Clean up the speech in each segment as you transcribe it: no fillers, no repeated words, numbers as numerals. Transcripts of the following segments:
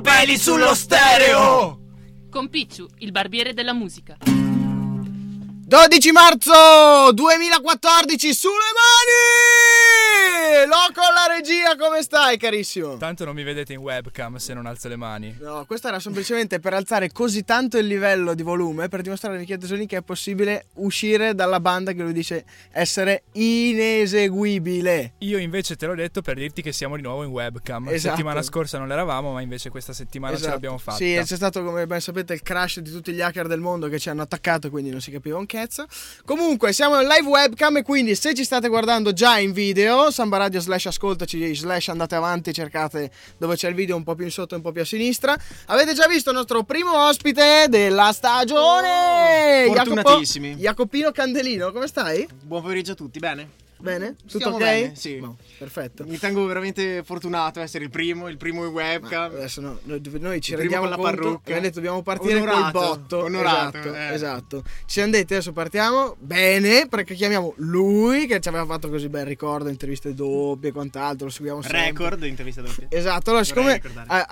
belli sullo stereo! Con Picciu, il barbiere della musica. 12 marzo 2014, sulle mani! Loco alla regia, come stai, carissimo? Tanto non mi vedete in webcam se non alzo le mani. No, questo era semplicemente per alzare così tanto il livello di volume per dimostrare a Michele Tesolini che è possibile uscire dalla banda che lui dice essere ineseguibile. Io invece te l'ho detto per dirti che siamo di nuovo in webcam. Esatto. Settimana scorsa non l'eravamo, ma invece questa settimana ce l'abbiamo fatta. Sì, c'è stato, come ben sapete, il crash di tutti gli hacker del mondo che ci hanno attaccato, quindi non si capiva un cazzo. Comunque siamo in live webcam e quindi se ci state guardando già in video, Samba Radio /ascoltaci / andate avanti, cercate dove c'è il video un po' più in sotto e un po' più a sinistra. Avete già visto il nostro primo ospite della stagione, fortunatissimi. Jacopino Candelino, come stai? Buon pomeriggio a tutti, bene? Bene? Tutto Stiamo ok? bene, sì. No, perfetto. Mi tengo veramente fortunato a essere il primo in webcam. Adesso noi ci Il rendiamo primo con la conto, parrucca. abbiamo detto dobbiamo partire Onorato, col botto. onorato, Esatto. Ci siamo detti adesso partiamo bene perché chiamiamo lui che ci aveva fatto così bel ricordo, interviste doppie e quant'altro, lo seguiamo sempre. Record intervista doppia. Esatto, allora siccome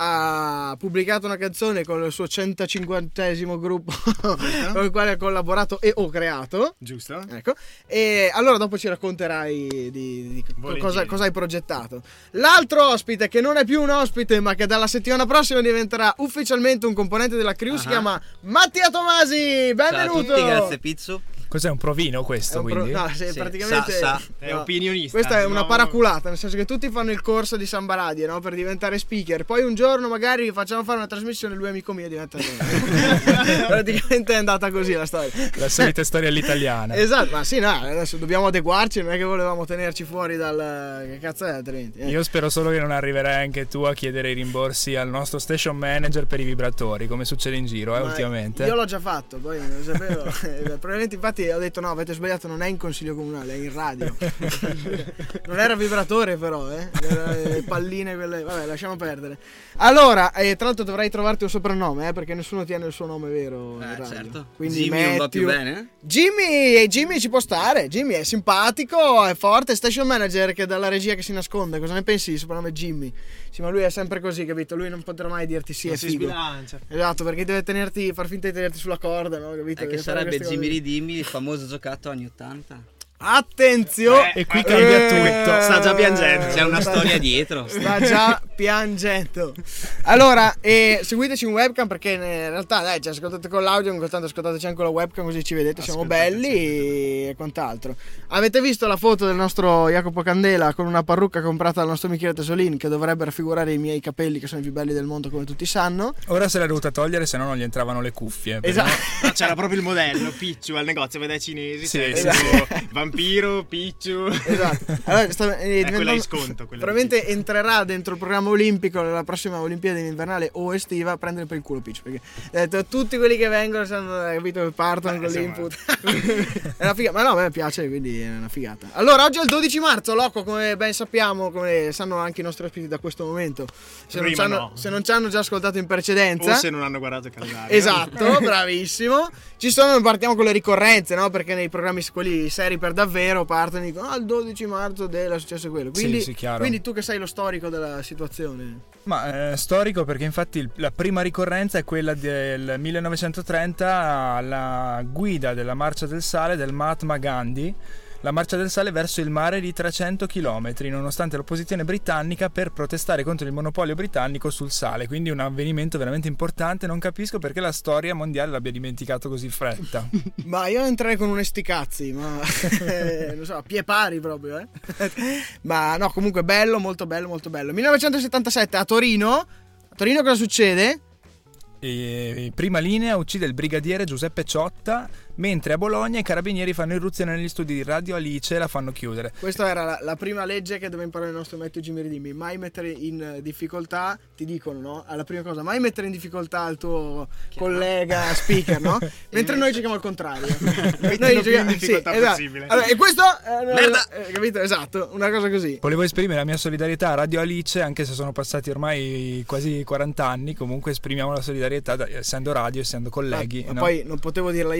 ha pubblicato una canzone con il suo 150esimo gruppo con il quale ha collaborato e ho creato. Giusto? Ecco. E allora dopo ci racconterai di cosa hai progettato. L'altro ospite che non è più un ospite ma che dalla settimana prossima diventerà ufficialmente un componente della crew si chiama Mattia Tomasi. Benvenuto. Ciao a tutti, grazie Pizzo. Cos'è un provino questo, quindi? No, sì, praticamente è opinionista. Questa è una paraculata, nel senso che tutti fanno il corso di Samba Radio, no? Per diventare speaker. Poi un giorno magari vi facciamo fare una trasmissione, lui è amico mio e diventa praticamente è andata così la storia. La solita storia all'italiana. Esatto, ma sì, no, adesso dobbiamo adeguarci, non è che volevamo tenerci fuori dal... che cazzo è altrimenti? Io spero solo che non arriverai anche tu a chiedere i rimborsi al nostro station manager per i vibratori, come succede in giro, ultimamente. Io l'ho già fatto, poi non sapevo. Probabilmente infatti ho detto no, avete sbagliato, non è in consiglio comunale, è in radio. Non era vibratore però, era palline quelle, vabbè, lasciamo perdere. Allora, tra l'altro dovrai trovarti un soprannome, perché nessuno tiene il suo nome vero in radio. Certo. Quindi Jimmy non va più bene? Jimmy ci può stare, Jimmy è simpatico, è forte, station manager che dalla regia che si nasconde, cosa ne pensi di soprannome Jimmy? Sì, ma lui è sempre così, capito? Lui non potrà mai dirti sì, non è si figo. sbilancia. Esatto, perché deve far finta di tenerti sulla corda, no? Capito? È che sarebbe Jimmy Ridimmi, il famoso giocato anni 80. Attenzione! E qui cambia tutto. Sta già piangendo. C'è una storia dietro. Sta già piangendo. Allora, seguiteci in webcam perché in realtà dai, ci ascoltate con l'audio, ogni tanto ascoltateci anche con la webcam così ci vedete, siamo belli e quant'altro. Avete visto la foto del nostro Jacopo Candela con una parrucca comprata dal nostro Michele Tesolini che dovrebbe raffigurare i miei capelli che sono i più belli del mondo come tutti sanno. Ora se l'ha dovuta togliere, se no non gli entravano le cuffie. Esatto. No, c'era proprio il modello Picciu al negozio, vede ai cinesi. Sì, Vampiro, Picciu. Esatto. Allora, quella di sconto. Probabilmente entrerà dentro il programma olimpico nella prossima Olimpiade invernale o estiva a prendere per il culo Picciu. Perché tutti quelli che vengono sanno, capito, che partono con l'input. È una figata. Ma no, a me piace, quindi è una figata. Allora, oggi è il 12 marzo, loco, come ben sappiamo, come sanno anche i nostri ospiti da questo momento. Se non ci hanno già ascoltato in precedenza. O se non hanno guardato il calendario. Esatto, bravissimo. Partiamo con le ricorrenze, no? Perché nei programmi quelli seri per davvero partono e dicono il 12 marzo è successo quello. Quindi, sì, chiaro. Quindi tu che sei lo storico della situazione. Ma storico perché infatti la prima ricorrenza è quella del 1930 alla guida della Marcia del Sale del Mahatma Gandhi. La marcia del sale verso il mare di 300 km, nonostante l'opposizione britannica, per protestare contro il monopolio britannico sul sale. Quindi un avvenimento veramente importante. Non capisco perché la storia mondiale l'abbia dimenticato così in fretta. Ma io entrerei con un esticazzi, ma non so, a pie pari proprio, Ma no, comunque bello, molto bello, molto bello. 1977 a Torino. A Torino cosa succede? Prima linea uccide il brigadiere Giuseppe Ciotta, mentre a Bologna i carabinieri fanno irruzione negli studi di Radio Alice e la fanno chiudere. Questa era la prima legge che doveva imparare il nostro Matteo Jimmy Ridimmi: mai mettere in difficoltà, ti dicono, no? Alla prima cosa, mai mettere in difficoltà il tuo collega speaker, no? Mentre noi giochiamo al contrario. Noi giochiamo in difficoltà possibile. Allora, e questo capito? Esatto, una cosa così. Volevo esprimere la mia solidarietà a Radio Alice, anche se sono passati ormai quasi 40 anni, comunque esprimiamo la solidarietà essendo radio, essendo colleghi. Ma poi non potevo dirla io, questa non ti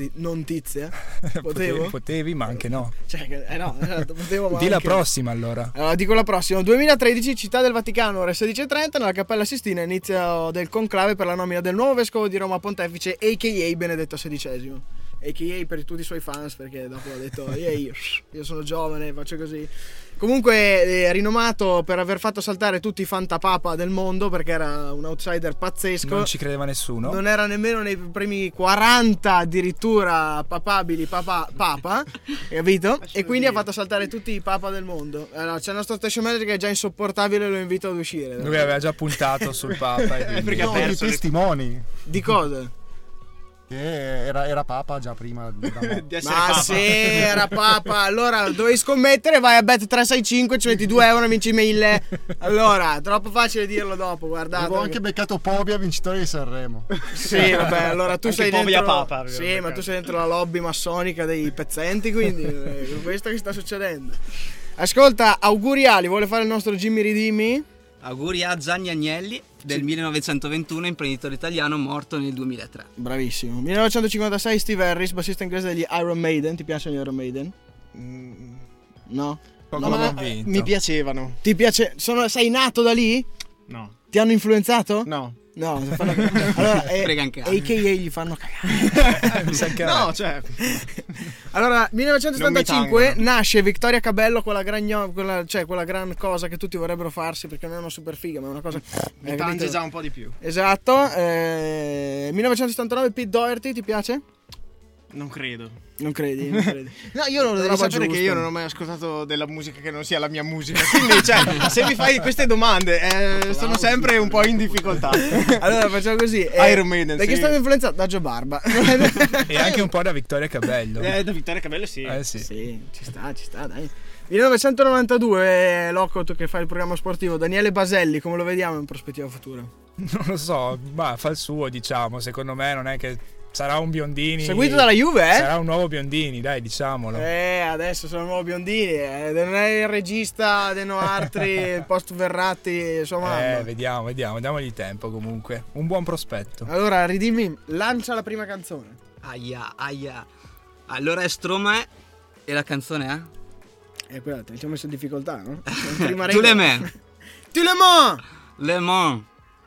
non tizia? Potevo? Potevi, ma anche no. Cioè, no, esatto, potevo, ma Di la anche... prossima allora. Allora, dico la prossima. 2013, Città del Vaticano, ore 16:30, nella Cappella Sistina, inizio del conclave per la nomina del nuovo vescovo di Roma Pontefice, a.k.a. Benedetto XVI. A.k.a. per tutti i suoi fans, perché dopo ha detto io sono giovane, faccio così. Comunque rinomato per aver fatto saltare tutti i fantapapa del mondo, perché era un outsider pazzesco. Non ci credeva nessuno. Non era nemmeno nei primi 40 addirittura papabili papa, capito? E quindi ha fatto saltare tutti i papa del mondo. Allora, c'è il nostro station manager che è già insopportabile, lo invito ad uscire. Lui aveva già puntato sul papa. Perché ha No, perso i testimoni. Di cosa? Che era papa già prima di essere Ma papa. se era papa, allora dovevi scommettere, vai a bet 365, ci metti 2 euro e vinci 1000. Allora, troppo facile dirlo dopo, guardate. Avevo anche beccato Povia, vincitore di Sanremo. Sì, vabbè, allora tu Anche sei Povia dentro. papa, Sì, ma tu sei dentro la lobby massonica dei pezzenti, quindi questo che sta succedendo. Ascolta, auguri Ali, vuole fare il nostro Jimmy Ridimi? Auguri a Gianni Agnelli del 1921, imprenditore italiano morto nel 2003. Bravissimo. 1956 Steve Harris, bassista inglese degli Iron Maiden. Ti piacciono gli Iron Maiden? No? Poco No, ma convinto. mi piacevano. Ti piace? Sei nato da lì? No. Ti hanno influenzato? No. No, allora Fregan cazzo. a.k.a. gli fanno cagare. Mi sa che a me. No, cioè. Allora, Non 1975 mi tangono. nasce Vittoria Cabello, quella gran cosa che tutti vorrebbero farsi perché non è una super figa, ma è una cosa. Mi tange già un po' di più. Esatto. 1979 Pete Doherty, ti piace? Non credo. Non credi? Non credi. No, io non lo devi Roba sapere che giusta. io non ho mai ascoltato della musica che non sia la mia musica. Quindi, cioè, se mi fai queste domande, sono sempre un po' in difficoltà. Allora facciamo così. Iron Maiden, Da chi è sì. stato influenzato? Da Joe Barba. E anche un po' da Vittoria Cabello. Da Vittoria Cabello sì. Sì. Sì, ci sta, dai. 1992, Loco, tu che fai il programma sportivo, Daniele Baselli, come lo vediamo in prospettiva futura? Non lo so, ma fa il suo, diciamo. Secondo me non è che sarà un Biondini. Seguito dalla Juve, eh? Sarà un nuovo Biondini, dai, diciamolo. Adesso sono nuovo Biondini, non è il regista De Noartri, post Verratti, sua mamma. Vediamo, diamogli tempo comunque. Un buon prospetto. Allora, ridimmi, lancia la prima canzone. Aia. Allora è Stromae e la canzone è? Quella ti ho messo in difficoltà, no? Prima Tu le me. Tu le mo! Le Mans.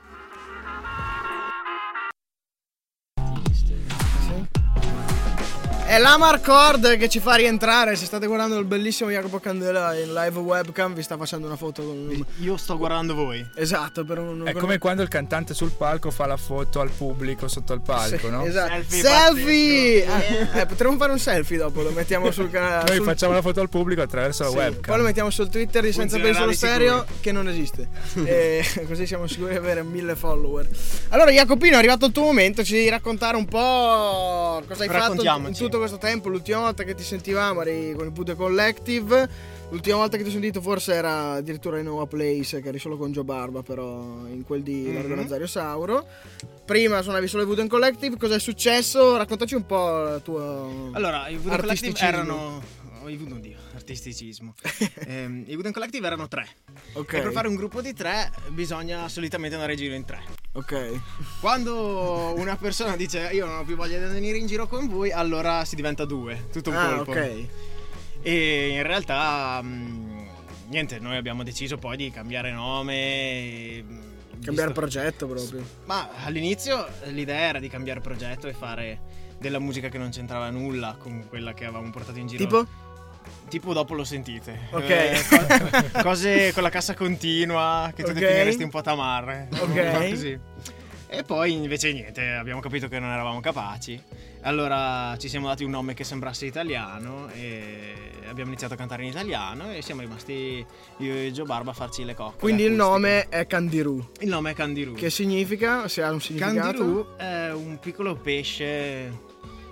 È l'Amarcord che ci fa rientrare. Se state guardando il bellissimo Jacopo Candela in live webcam, vi sta facendo una foto con Io sto guardando voi. esatto, per un È come quando il cantante sul palco fa la foto al pubblico sotto il palco, no? Esatto. Selfie Selfie! Potremmo fare un selfie dopo, lo mettiamo sul canale. Noi facciamo la foto al pubblico attraverso la webcam. Poi lo mettiamo sul Twitter di Senza Peli Solo Funzionerà di Stereo, che non esiste. E così siamo sicuri di avere 1000 follower. Allora, Jacopino, è arrivato il tuo momento, ci devi raccontare un po' cosa hai fatto in tutto questo tempo. L'ultima volta che ti sentivamo eri con il Bude Collective. L'ultima volta che ti ho sentito forse era addirittura in Nova Place, che eri solo con Joe Barba, però in quel di Largo Nazario Sauro. Prima suonavi solo i Wooden Collective, cosa è successo? Raccontaci un po' la tua Allora, i Wooden Collective artisticismo. erano... Oddio, artisticismo. I Wooden Collective erano 3. Ok, E per fare un gruppo di 3 bisogna solitamente andare in giro in 3. ok. Quando una persona dice io non ho più voglia di venire in giro con voi, allora si diventa 2, tutto un colpo. Ok. E in realtà niente, noi abbiamo deciso poi di cambiare nome Cambiare progetto proprio. Ma all'inizio l'idea era di cambiare progetto e fare della musica che non c'entrava nulla con quella che avevamo portato in giro. Tipo dopo lo sentite. Ok. Cose con la cassa continua che tu Ok. definiresti un po' tamarre. Ok. Così. E poi invece niente, abbiamo capito che non eravamo capaci. Allora ci siamo dati un nome che sembrasse italiano e abbiamo iniziato a cantare in italiano e siamo rimasti io e Joe Barba a farci le coccole. Quindi il acustiche. nome è Candirù. Il nome è Candirù. Che significa? Se ha un significato? Candirù è un piccolo pesce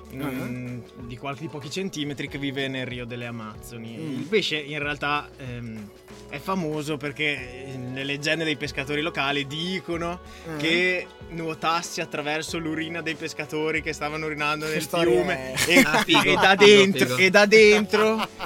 di pochi centimetri che vive nel Rio delle Amazzoni. Il pesce in realtà è famoso perché le leggende dei pescatori locali dicono che nuotasse attraverso l'urina dei pescatori che stavano urinando nel storia fiume è- e, Ah, figo, e da figo, dentro figo. e da dentro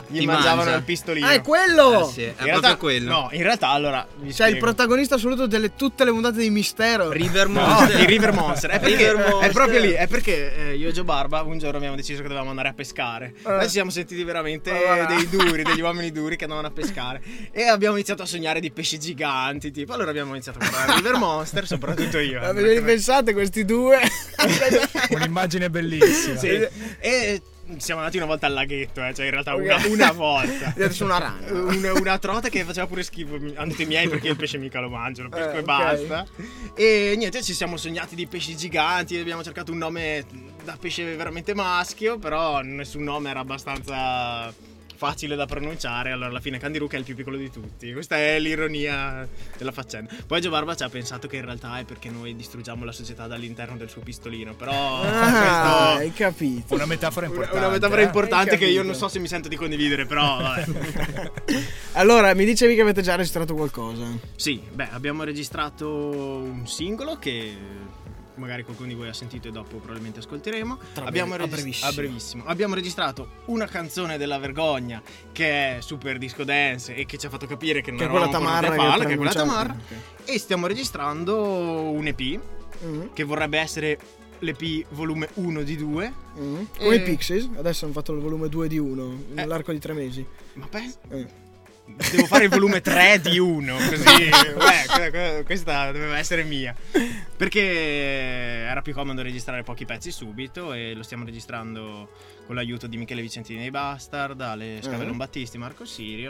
gli Ti mangiavano mangia. il pistolino. Ah, è quello! Sì, è In proprio realtà, quello. No, in realtà allora vi Cioè, il spiego. protagonista assoluto delle tutte le puntate di Mistero. River No, Monster. di River Monster. È, perché, River Monster. è proprio lì. È perché io e Gio Barba un giorno abbiamo deciso che dovevamo andare a pescare. Noi ci siamo sentiti veramente dei duri, degli uomini duri che andavano a pescare. E abbiamo iniziato a sognare di pesci giganti. Tipo, allora abbiamo iniziato a guardare River Monster, soprattutto io. Ve li pensate questi due? Un'immagine bellissima. Sì. E siamo andati una volta al laghetto, cioè in realtà una volta. Adesso una rana. Una trota che faceva pure schifo. Hanno detto i miei perché il pesce mica lo mangio, lo pesco e ok. basta. E niente, ci siamo sognati di pesci giganti. Abbiamo cercato un nome da pesce veramente maschio, però nessun nome era abbastanza facile da pronunciare. Allora alla fine Candirù, che è il più piccolo di tutti. Questa è l'ironia della faccenda. Poi Gio Barba ci ha pensato che in realtà è perché noi distruggiamo la società dall'interno del suo pistolino. Però Ah, questo hai capito. Una metafora importante. una metafora eh? importante Hai che io capito. non so se mi sento di condividere, però vabbè. Allora, mi dicevi che avete già registrato qualcosa. Sì, beh, abbiamo registrato un singolo che magari qualcuno di voi ha sentito e dopo probabilmente ascolteremo. Tra Abbiamo breve, a brevissimo. Abbiamo registrato una canzone della vergogna che è super disco dance e che ci ha fatto capire che non Che è eravamo quella pronti a tamarra farla, che che è quella preannunciate. tamarra. E stiamo registrando un EP che vorrebbe essere l'EP volume 1 di 2. Come i Pixies, adesso hanno fatto il volume 2 di 1 nell'arco di 3 mesi. Ma devo fare il volume 3 di 1, così questa doveva essere mia, perché era più comodo registrare pochi pezzi subito e lo stiamo registrando con l'aiuto di Michele Vicentini dei Bastard, Ale Scavellon Battisti, Marco Sirio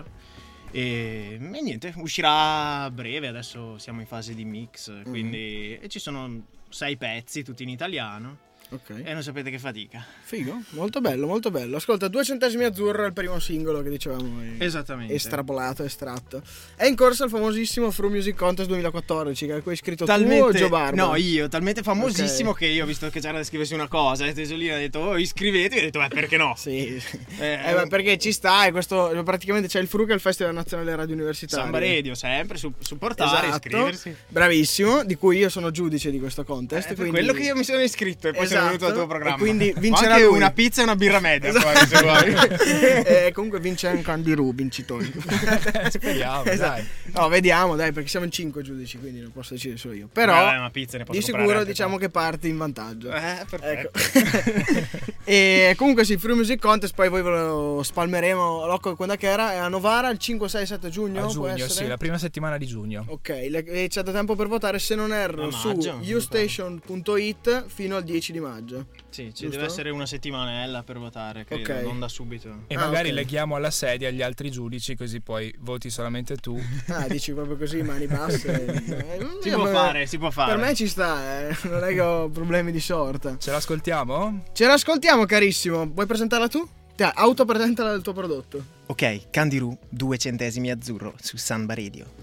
e niente, uscirà a breve. Adesso siamo in fase di mix, quindi e ci sono 6 pezzi tutti in italiano. Ok. E non sapete che fatica. Figo, molto bello, molto bello. Ascolta, 2 centesimi azzurro è il primo singolo che dicevamo. Esattamente. Estrapolato, estratto. È in corsa il famosissimo Fruit Music Contest 2014, che a cui hai scritto tu o Gio Barba? No, io, talmente famosissimo che io ho visto che c'era da scriversi una cosa e Tesolino ha detto iscrivetevi, e ho detto perché no? Sì. Ma perché ci sta, e questo praticamente c'è il FRU, che è il Festival Nazionale Radio Universitario. Samba Radio, sempre supportare, Esatto. iscriversi. Bravissimo, di cui io sono giudice di questo contest. Per quindi... quello che io mi sono iscritto e poi sono venuto al tuo programma. E quindi Ma vincerà anche lui. una pizza e una birra media poi, se vuoi. Comunque vince anche Candirù, vincitori. Speriamo, Esatto. dai. No, vediamo, dai, perché siamo in 5 giudici, quindi non posso decidere solo io. Però Una pizza ne posso di comprare sicuro anche diciamo te. che parti in vantaggio. Perfetto. Ecco. E comunque sì, Free Music Contest, poi voi ve lo spalmeremo. Locco, quando è che era? È a Novara il 5, 6, 7 giugno? A può giugno, essere? sì, la prima settimana di giugno. Ok, e c'è da tempo per votare, se non erro, A su maggio, ustation.it fino al 10 di maggio. Sì, ci Giusto? deve essere una settimanella per votare, credo, Ok. non da subito. E magari ok. leghiamo alla sedia gli altri giudici, così poi voti solamente tu. Ah, dici proprio così, mani basse. Si può fare, si può fare. Per me ci sta, non è che ho problemi di sorta. Ce l'ascoltiamo? Ce l'ascoltiamo, carissimo. Vuoi presentarla tu? Dai, autopresentala del tuo prodotto. Ok, Candirù, 2 centesimi azzurro su Samba Radio.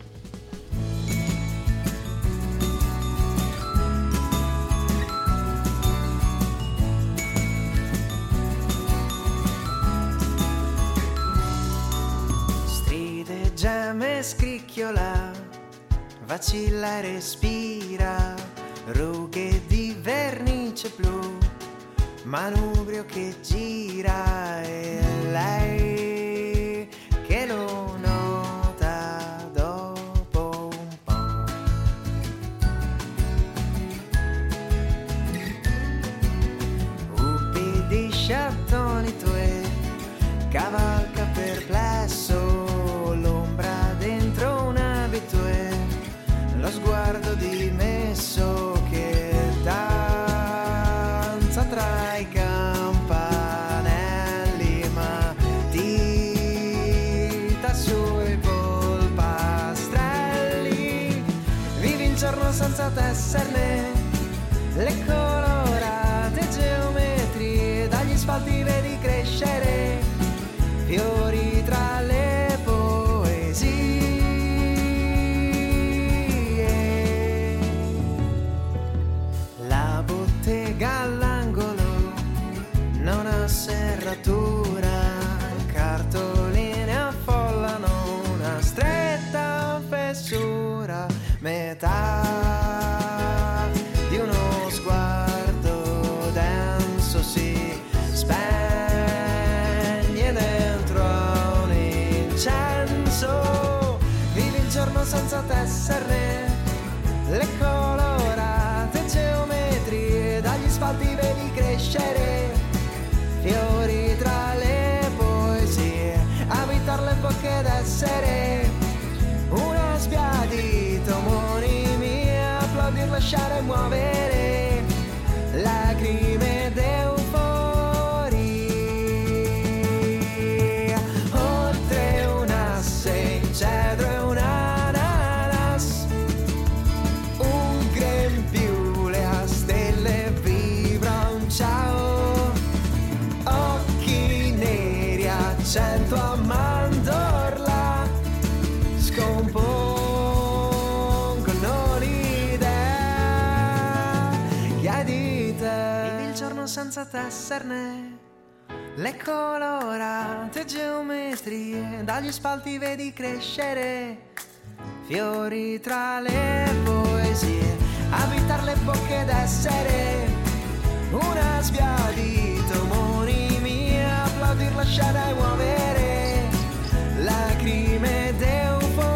Stride, geme, scricchiola, vacilla e respira, rughe di vernice blu, manubrio che gira e lei che lo nota dopo un po'. Ubbidisce attonito e cavalca perplesso l'ombra dentro un abito e lo sguardo dimesso che danza tra i campanelli, ma dita sui polpastrelli. Vivi in giorno senza tesserne le colorate geometrie, dagli spalti vedi crescere fiori tra le poesie. La bottega all'angolo non ha serratura, cartoline affollano una stretta fessura, metà di uno sguardo giorno senza tessere, le colorate geometrie, dagli spalti vedi crescere fiori tra le poesie, abitar le bocche d'essere una sbiadita omonimia, applaudir, lasciare muovere lacrime d'euforia, oltre un asse in cedro e un ananas, un grembiule a stelle vibra un ciao, occhi neri accento a mandorla, scompongono l'idea che hai di te. Vivi il giorno senza tesserne, le colorate geometrie, dagli spalti vedi crescere fiori tra le poesie, abitar le bocche d'essere una sbiadita omonimia, applaudir, lasciare muovere lacrime d'euforia.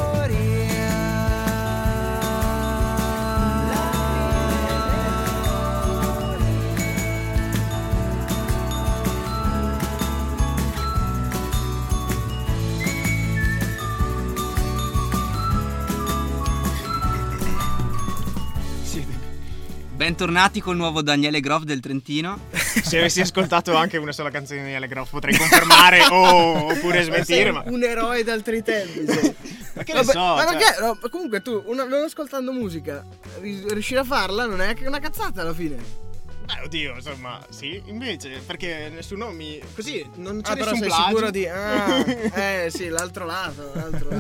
Bentornati col nuovo Daniele Groff del Trentino. Se avessi ascoltato anche una sola canzone di Daniele Groff potrei confermare oppure smentire, ma un eroe d'altri tempi, sei. ma che ne so, ma cioè- perché? No, comunque tu, non ascoltando musica, riuscire a farla non è che una cazzata alla fine. oddio, insomma, sì, invece, perché nessuno mi... Così, non c'è Però nessun sei plagio. sicuro di... sì, l'altro lato.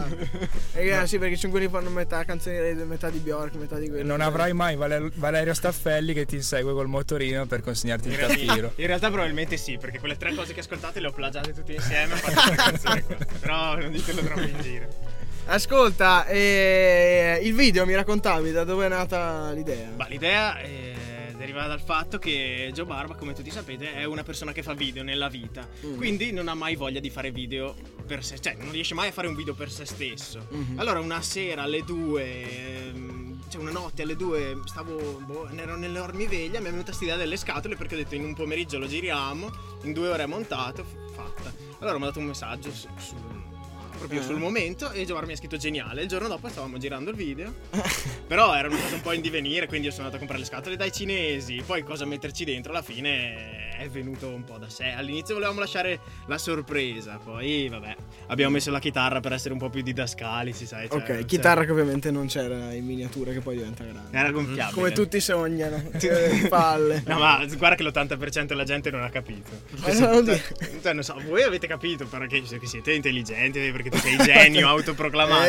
Sì, perché sono quelli che fanno metà canzoni, metà di Bjork, metà di quello. Non avrai mai Valerio Staffelli che ti insegue col motorino per consegnarti il tappiro. In realtà probabilmente sì, perché quelle 3 cose che ascoltate le ho plagiate tutte insieme e ho fatto questa canzone qua. Però non ditelo troppo in giro. Ascolta, il video mi raccontavi da dove è nata l'idea? Ma l'idea deriva dal fatto che Joe Barba, come tutti sapete, è una persona che fa video nella vita. Quindi non ha mai voglia di fare video per sé, cioè non riesce mai a fare un video per se stesso. Allora una sera alle 2, cioè una notte alle 2, ero nell'ormiveglia, mi è venuta quest'idea delle scatole, perché ho detto in un pomeriggio lo giriamo, in 2 ore è montato, fatta. Allora mi ha dato un messaggio proprio sul momento, e Giovanni mi ha scritto geniale. Il giorno dopo stavamo girando il video, però era una cosa un po' in divenire, quindi io sono andato a comprare le scatole dai cinesi, poi cosa metterci dentro, alla fine è venuto un po' da sé. All'inizio volevamo lasciare la sorpresa, poi vabbè, abbiamo messo la chitarra per essere un po' più didascalici, sai, cioè, Ok, chitarra che ovviamente non c'era in miniatura, che poi diventa grande. era gonfiabile. Come tutti sognano. Palle. No, ma guarda che l'80% della gente non ha capito. Cioè, non so, voi avete capito, però che siete intelligenti, perché tu sei genio autoproclamato.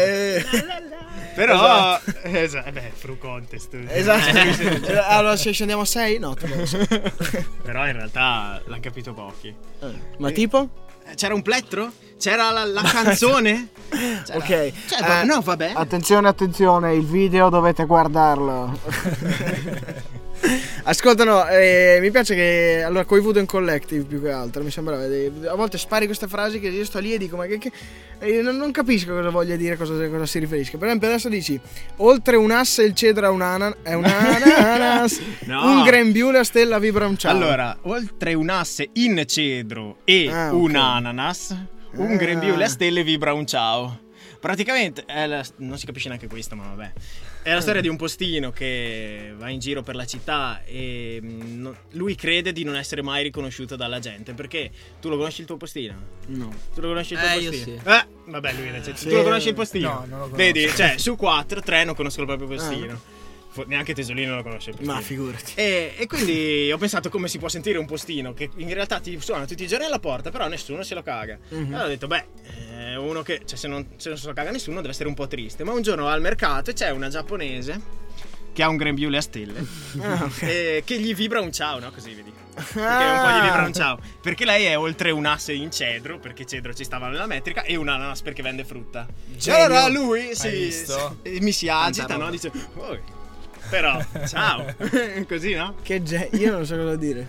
Però Fru Contest. Esatto. Allora se scendiamo a 6? No, Però in realtà l'hanno capito pochi. Ma tipo? C'era un plettro? C'era la canzone? C'era... Ok. Cioè, no, vabbè. Attenzione, il video dovete guardarlo. Ascolta, no, mi piace che allora coi Voodoo Collective più che altro mi sembra a volte spari queste frasi che io sto lì e dico ma che non capisco cosa voglia dire, cosa si riferisca. Per esempio adesso dici oltre un asse il cedro è un ananas. No. Un grembiule a stella vibra un ciao. Allora, oltre un asse in cedro e un ananas, un grembiule a stelle vibra un ciao. Praticamente non si capisce neanche questo, ma vabbè. È la storia di un postino che va in giro per la città e lui crede di non essere mai riconosciuto dalla gente. Perché tu lo conosci il tuo postino? No. Tu lo conosci il tuo postino? Io sì. Vabbè, lui tu lo conosci il postino? No, non lo conosco. Vedi, cioè su 4, 3 non conosco il proprio postino. Neanche Tesolino lo conosce il postino. Ma figurati. E quindi ho pensato come si può sentire un postino che in realtà ti suona tutti i giorni alla porta, però nessuno se lo caga. Allora ho detto, uno che, cioè, se non se lo caga nessuno deve essere un po' triste. Ma un giorno va al mercato e c'è una giapponese che ha un grembiule a stelle e che gli vibra un ciao, no? Così vedi. Perché un po' gli vibra un ciao. Perché lei è oltre un asse in cedro, perché cedro ci stava nella metrica, e un ananas perché vende frutta. Genio. Allora lui visto? mi si agita, no? Dice, però ciao. Così, no? Io non so cosa dire.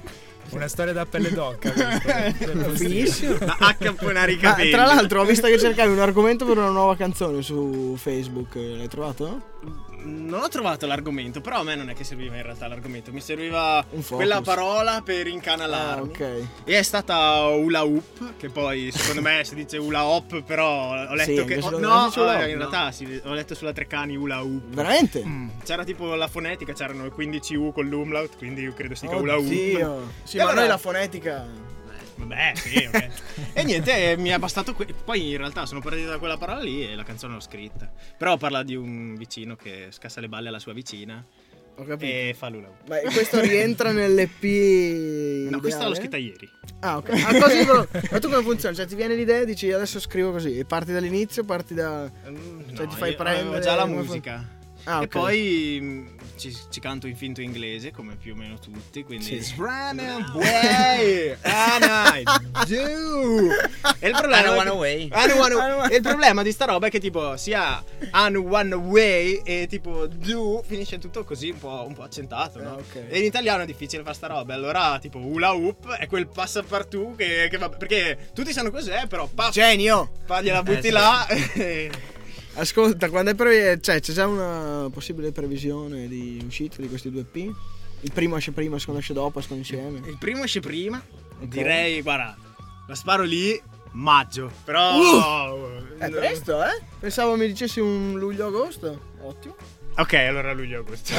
Una storia da pelle d'oca. Fighissimo. Da accapponare i capelli. Tra l'altro ho visto che cercavi un argomento per una nuova canzone su Facebook. L'hai trovato? Non ho trovato l'argomento, però a me non è che serviva in realtà l'argomento, mi serviva Un focus. quella parola per incanalarmi. Ok. E è stata hula hoop, che poi secondo me si dice hula hop, però ho letto Sì, che anche secondo me no, si dice hula hop, in no. realtà sì, ho letto sulla Treccani hula hoop. Veramente? C'era tipo la fonetica, c'erano 15 U con l'umlaut, quindi io credo si dica hula hoop. Oddio. Sì, E ma allora- noi la fonetica. Vabbè, sì, ok. E niente, mi è bastato. Poi in realtà sono partito da quella parola lì e la canzone l'ho scritta. Però parla di un vicino che scassa le balle alla sua vicina Ho capito. e fa l'ula hoop. Ma questo rientra nell'EP. No, questa l'ho ideale? scritta ieri. Ah, ok. Ah, così ma tu come funziona? Cioè, ti viene l'idea e dici adesso scrivo così. E parti dall'inizio, parti da. Cioè, ti fai io prendere. avevo già la come musica. Ah, ok. E poi ci canto in finto inglese, come più o meno tutti. Quindi. Sì. It's running away, and I do. E il problema. I don't wanna way. E il problema di sta roba è che tipo sia and one way e tipo do finisce tutto così un po' accentato, no? ok. E in italiano è difficile fare sta roba. Allora, tipo hula hoop è quel passapartout che va. Perché tutti sanno cos'è, però Genio! gliela butti sì. là. Ascolta, quando è cioè, c'è già una possibile previsione di uscita di questi due EP? Il primo esce prima, il secondo esce dopo, escono insieme. Il primo esce prima. Direi, guarda, la sparo lì, maggio. Però. È presto, eh? Pensavo mi dicessi un luglio-agosto. Ottimo. Ok, allora luglio-agosto.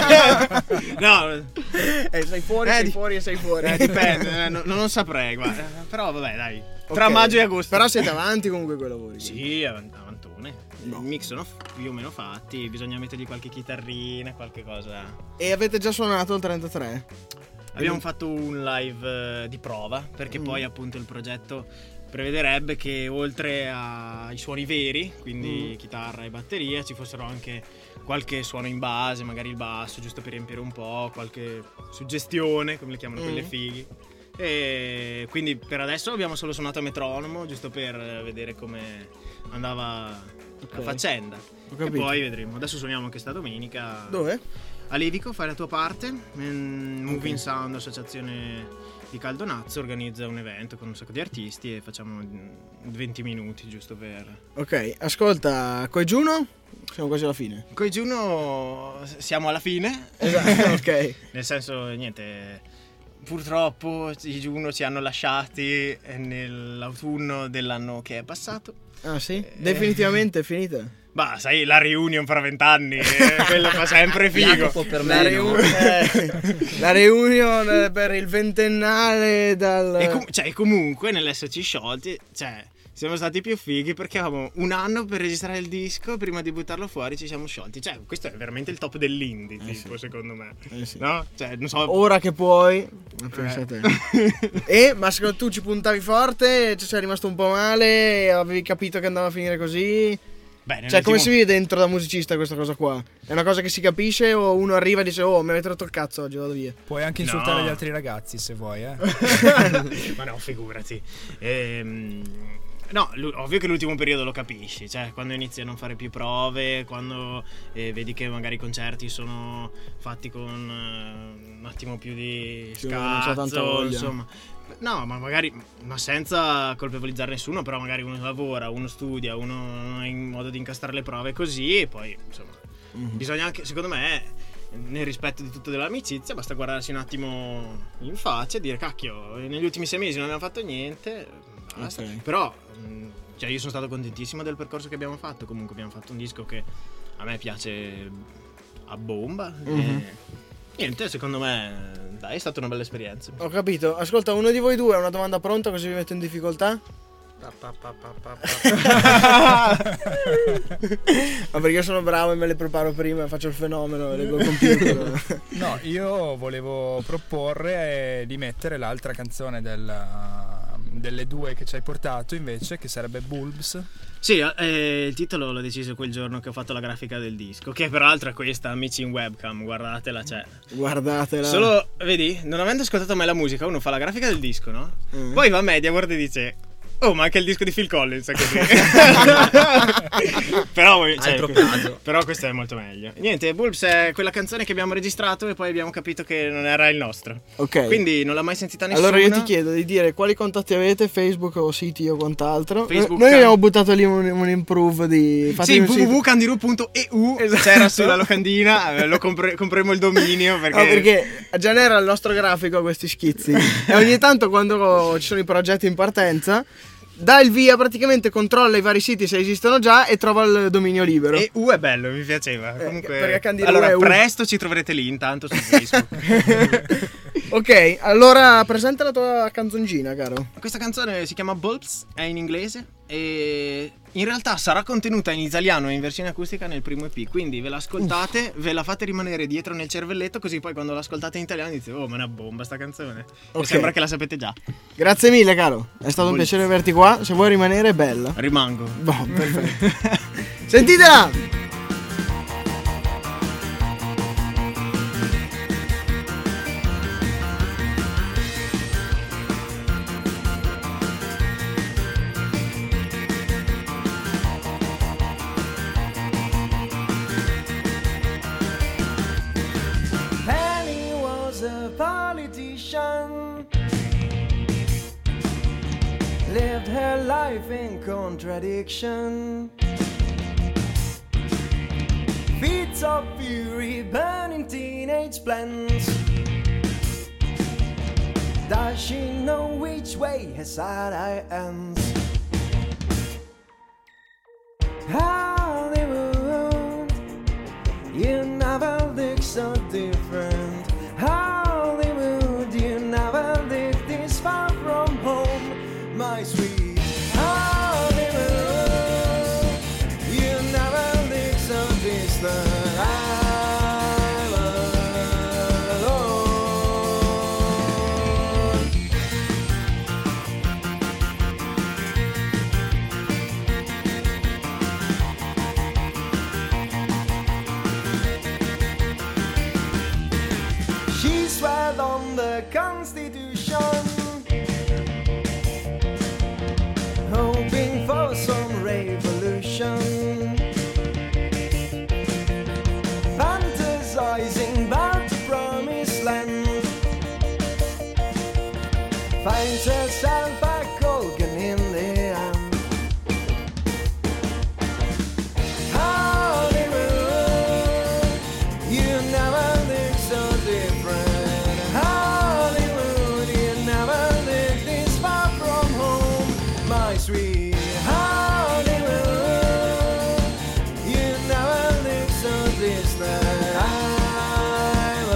No, Sei fuori, sei fuori. dipende, non saprei, guarda. Però vabbè, dai. Tra Ok. maggio e agosto. Però siete avanti comunque con i lavori. Sì, avantone. No. I mix sono più o meno fatti. Bisogna mettergli qualche chitarrina, qualche cosa. E avete già suonato il 33? Abbiamo fatto un live di prova, perché poi appunto il progetto prevederebbe che oltre ai suoni veri, quindi chitarra e batteria, ci fossero anche qualche suono in base, magari il basso, giusto per riempire un po', qualche suggestione, come le chiamano quelle fighi. E quindi per adesso abbiamo solo suonato a metronomo, giusto per vedere come andava la faccenda. Ho E capito. poi vedremo. Adesso suoniamo anche sta domenica. Dove? A Levico fai la tua parte. Moving Sound, associazione di Caldonazzo, organizza un evento con un sacco di artisti e facciamo 20 minuti giusto per. Ok, ascolta, coi Juno? Siamo quasi alla fine. Coi Juno siamo alla fine. Esatto, ok. Nel senso, niente. Purtroppo i Juno ci hanno lasciati nell'autunno dell'anno che è passato. Ah sì? Definitivamente è finita? Bah, sai, la reunion fra 20 anni, quello fa sempre figo. Jacopo per me no. La reunion per il ventennale dal. E comunque nell'esserci sciolti, cioè, siamo stati più fighi perché avevamo un anno per registrare il disco e prima di buttarlo fuori ci siamo sciolti. Cioè, questo è veramente il top dell'indie, tipo, secondo me. Sì. No? Cioè, non so. Ora che puoi, ma pensa a te. Ma secondo tu ci puntavi forte? Ci sei rimasto un po' male? Avevi capito che andava a finire così? Beh, Cioè, come si vive dentro da musicista questa cosa qua? È una cosa che si capisce o uno arriva e dice oh, mi avete rotto il cazzo oggi, vado via? Puoi anche insultare No. gli altri ragazzi se vuoi, Ma no, figurati. No, ovvio che l'ultimo periodo lo capisci, cioè quando inizi a non fare più prove, quando vedi che magari i concerti sono fatti con un attimo più di Sì, non c'è tanta scazzo, voglia. insomma. No, ma senza colpevolizzare nessuno, però magari uno lavora, uno studia, uno non ha in modo di incastrare le prove così e poi, insomma, bisogna anche, secondo me, nel rispetto di tutto dell'amicizia, basta guardarsi un attimo in faccia e dire cacchio, negli ultimi 6 mesi non abbiamo fatto niente, basta. Ok. Però cioè io sono stato contentissimo del percorso che abbiamo fatto. Comunque abbiamo fatto un disco che a me piace a bomba e niente, secondo me dai, è stata una bella esperienza. Ho capito. Ascolta, uno di voi due ha una domanda pronta così vi metto in difficoltà? Ma perché io sono bravo e me le preparo prima, faccio il fenomeno, leggo il computer. No, io volevo proporre di mettere l'altra canzone delle due che ci hai portato invece, che sarebbe Bulbs. Sì, il titolo l'ho deciso quel giorno che ho fatto la grafica del disco, che peraltro è questa, amici in webcam, guardatela, c'è. Guardatela. Solo, vedi, non avendo ascoltato mai la musica, uno fa la grafica del disco, no? Poi va a Mediaworld e dice Oh, ma anche il disco di Phil Collins è così. Però, Altro caso. però questo è molto meglio. Niente, Bulbs è quella canzone che abbiamo registrato e poi abbiamo capito che non era il nostro. Ok. Quindi non l'ha mai sentita nessuno. Allora io ti chiedo di dire quali contatti avete, Facebook o siti o quant'altro. Facebook, Noi abbiamo buttato lì un improve di... Sì, un sito. www.candiru.eu Esatto. c'era sulla locandina, lo compremmo il dominio perché... No, perché già n'era il nostro grafico questi schizzi e ogni tanto quando ci sono i progetti in partenza dà il via, praticamente controlla i vari siti se esistono già e trova il dominio libero. EU è bello, mi piaceva. Comunque... perché Candiru allora, è EU. presto ci troverete lì intanto su Facebook. Ok, allora presenta la tua canzoncina, caro. Questa canzone si chiama Bulbs, è in inglese e in realtà sarà contenuta in italiano e in versione acustica nel primo EP, quindi ve l'ascoltate, ve la fate rimanere dietro nel cervelletto, così poi quando l'ascoltate in italiano dite oh, ma è una bomba sta canzone. Ok. E sembra che la sapete già. Grazie mille, caro. È stato un piacere averti qua. Se vuoi rimanere, è bella. Rimango. Boh, perfetto. Sentitela! Penny was a politician, lived her life in contradiction. Feats of fury, burning teenage plans. Does she know which way her side eye ends? Hollywood, you never look so different. Hollywood, you never look this far from home, my sweet Hollywood. You never look so distant. I'm alone. She swelled on the Constitution, hoping for some revolution, fantasizing about the promised land, finds herself a Colgan in the end. Hollywood, you never look so different. Hollywood, you never look this far from home, my sweet Hollywood. You never look so distant. I'm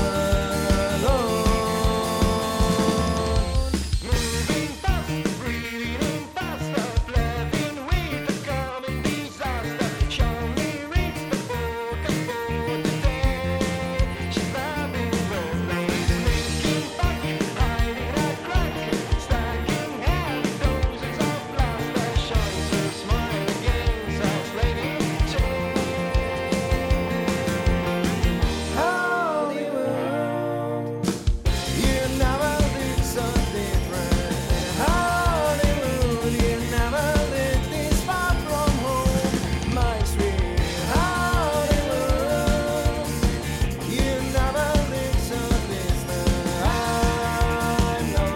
alone. Moving fast, breathing faster, living with the coming disaster. Surely reach the focus for today. She's grabbing roadways, making back, hiding a crack, stacking heavy doses of plaster. Shines her smile against our flaming Hollywood, you never look so different. Hollywood, you never look this far from home, my sweet Hollywood. You never look so distant. I'm not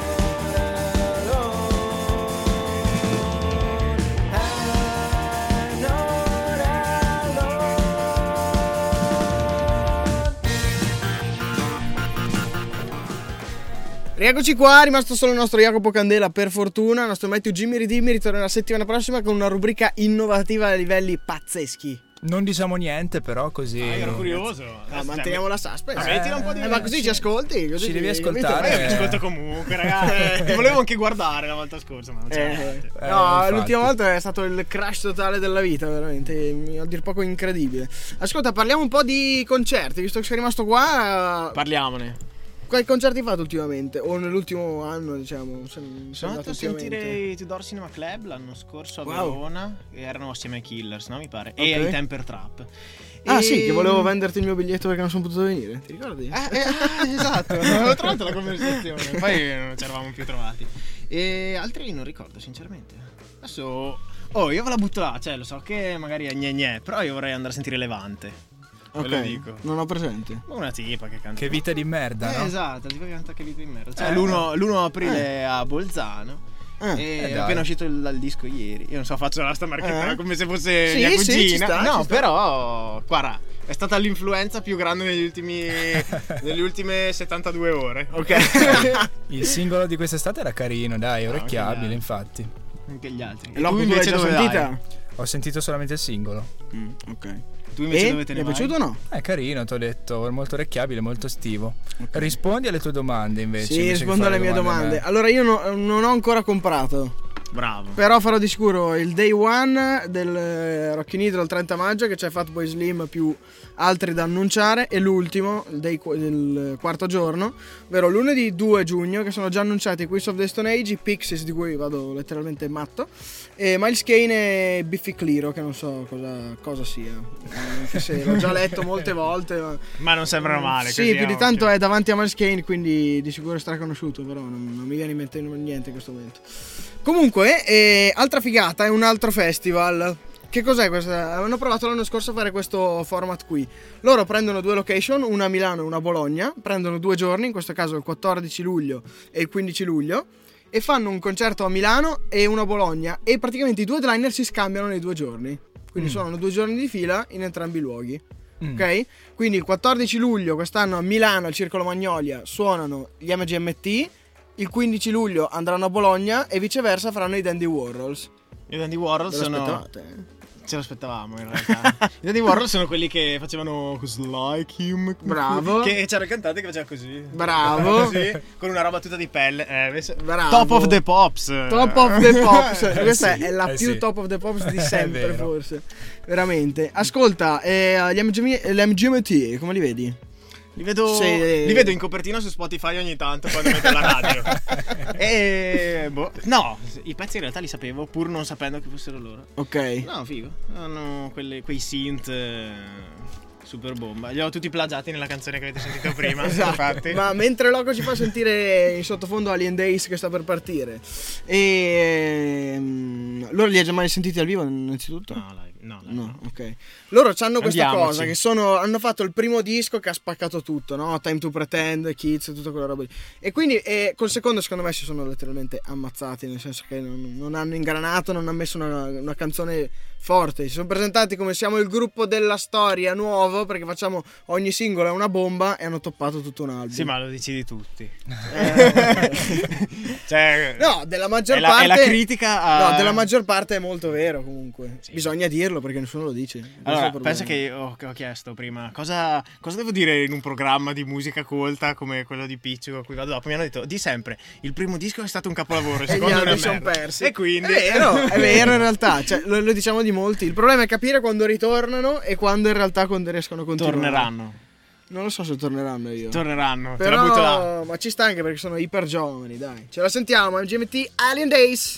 alone. I'm not alone. Rieccoci qua, è rimasto solo il nostro Jacopo Candela, per fortuna. Il nostro Matthew Jimmy Ridimmi ritornerà la settimana prossima con una rubrica innovativa a livelli pazzeschi. Non diciamo niente, però così. Ero curioso. Manteniamo la suspense. Mettila un po' di... Ma così ci ascolti? Così Ci devi capito? ascoltare. Io vi ascolto comunque, ragazzi. Ti volevo anche guardare la volta scorsa, ma non c'era niente. No, infatti. l'ultima volta è stato il crash totale della vita, veramente, a dir poco incredibile. Ascolta, parliamo un po' di concerti, visto che sei rimasto qua. Parliamone. Quali concerti fate ultimamente? O nell'ultimo anno, diciamo? Sono andato a sentire i Tudor Cinema Club l'anno scorso a Verona, e erano assieme ai Killers, no? Mi pare. Ok. E ai Temper Trap. Ah E- sì, che volevo venderti il mio biglietto perché non sono potuto venire, ti ricordi? esatto, avevo trovato la conversazione. Poi non ci eravamo più trovati. E altri non ricordo sinceramente. Adesso io ve la butto là, cioè lo so che magari è gne, però io vorrei andare a sentire Levante. Ve lo dico. Non ho presente. Una tipa che canta. Che vita di merda, no? Esatto, tipa che canta Che vita di merda. Cioè l'1 aprile a Bolzano. E è appena uscito il disco ieri. Io non so, faccio la sta marchettata come se fosse Sì, mia sì, cugina. ci sta, no, ci sta. però guarda, è stata l'influenza più grande nelle ultime 72 ore. Ok. Il singolo di quest'estate era carino, dai, orecchiabile, dai. infatti. Anche gli altri. E Loco, tu l'hai già sentita? Ho sentito solamente il singolo. Ok. Tu invece E dove te ti ne è vai? piaciuto o no? È carino, ti ho detto, è molto orecchiabile, molto estivo. Ok. Rispondi alle tue domande invece. Sì, invece che rispondo fare alle mie a domande. me. Allora, io non ho ancora comprato. Bravo. Però farò di sicuro il day one del Rock in Hydro il 30 maggio, che c'è Fatboy Slim più altri da annunciare, e l'ultimo, del quarto giorno, ovvero lunedì 2 giugno, che sono già annunciati i Queens of the Stone Age, i Pixies, di cui vado letteralmente matto, e Miles Kane e Biffy Clyro, che non so cosa sia, anche se l'ho già letto molte volte. Ma non sembrano male. Sì, così, più di occhio. tanto è davanti a Miles Kane, quindi di sicuro è straconosciuto, però non mi viene in mente niente in questo momento. Comunque, altra figata è un altro festival. Che cos'è questa? Hanno provato l'anno scorso a fare questo format qui. Loro prendono 2 location, una a Milano e una a Bologna, prendono 2 giorni, in questo caso il 14 luglio e il 15 luglio, e fanno un concerto a Milano e uno a Bologna, e praticamente i 2 headliner si scambiano nei 2 giorni. Quindi suonano 2 giorni di fila in entrambi i luoghi. Ok? Quindi il 14 luglio quest'anno a Milano al Circolo Magnolia suonano gli MGMT, il 15 luglio andranno a Bologna e viceversa faranno i Dandy Warhols. I Dandy Warhol Ve lo sono. aspettavate? Ce l'aspettavamo in realtà. I Dandy Warhol sono quelli che facevano Cause Like Him. Bravo. Che c'era il cantante che faceva così. Bravo. Così, con una roba tutta di pelle. Bravo. Top of the Pops. Top of the Pops. Questa sì, è la più sì. top of the Pops di sempre, vero. forse. Veramente. Ascolta, gli MGMT, come li vedi? Li vedo in copertina su Spotify ogni tanto quando metto la radio. E no, i pezzi in realtà li sapevo pur non sapendo che fossero loro. Ok. No, figo. Hanno quei synth super bomba. Li ho tutti plagiati nella canzone che avete sentito prima. Infatti. Ma mentre Loco ci fa sentire in sottofondo Alien Days che sta per partire, e loro li hai già mai sentiti al vivo innanzitutto? No. Ok. Loro hanno questa Andiamoci. cosa che hanno fatto il primo disco che ha spaccato tutto, no? Time to Pretend, Kids, tutta quella roba lì. E quindi col secondo secondo me si sono letteralmente ammazzati, nel senso che non hanno ingranato, non hanno messo una canzone forte. Si sono presentati come siamo il gruppo della storia nuovo, perché facciamo ogni singolo è una bomba, e hanno toppato tutto un album. Sì, ma lo dici di tutti. Cioè, No, della maggior è parte la critica a... No, della maggior parte è molto vero comunque. Sì. Bisogna dirlo perché nessuno lo dice. Allora, pensa che ho chiesto prima cosa devo dire in un programma di musica colta come quello di Piccio a cui vado dopo. Mi hanno detto di sempre il primo disco è stato un capolavoro, il e gli secondo è una altri sono merda. persi. E quindi è vero in realtà, cioè, lo diciamo di molti. Il problema è capire quando ritornano e quando in realtà quando riescono a continuare. torneranno. Non lo so se torneranno io. Torneranno, te la butto là. Però, ma ci sta anche perché sono iper giovani, dai. Ce la sentiamo, MGMT Alien Days.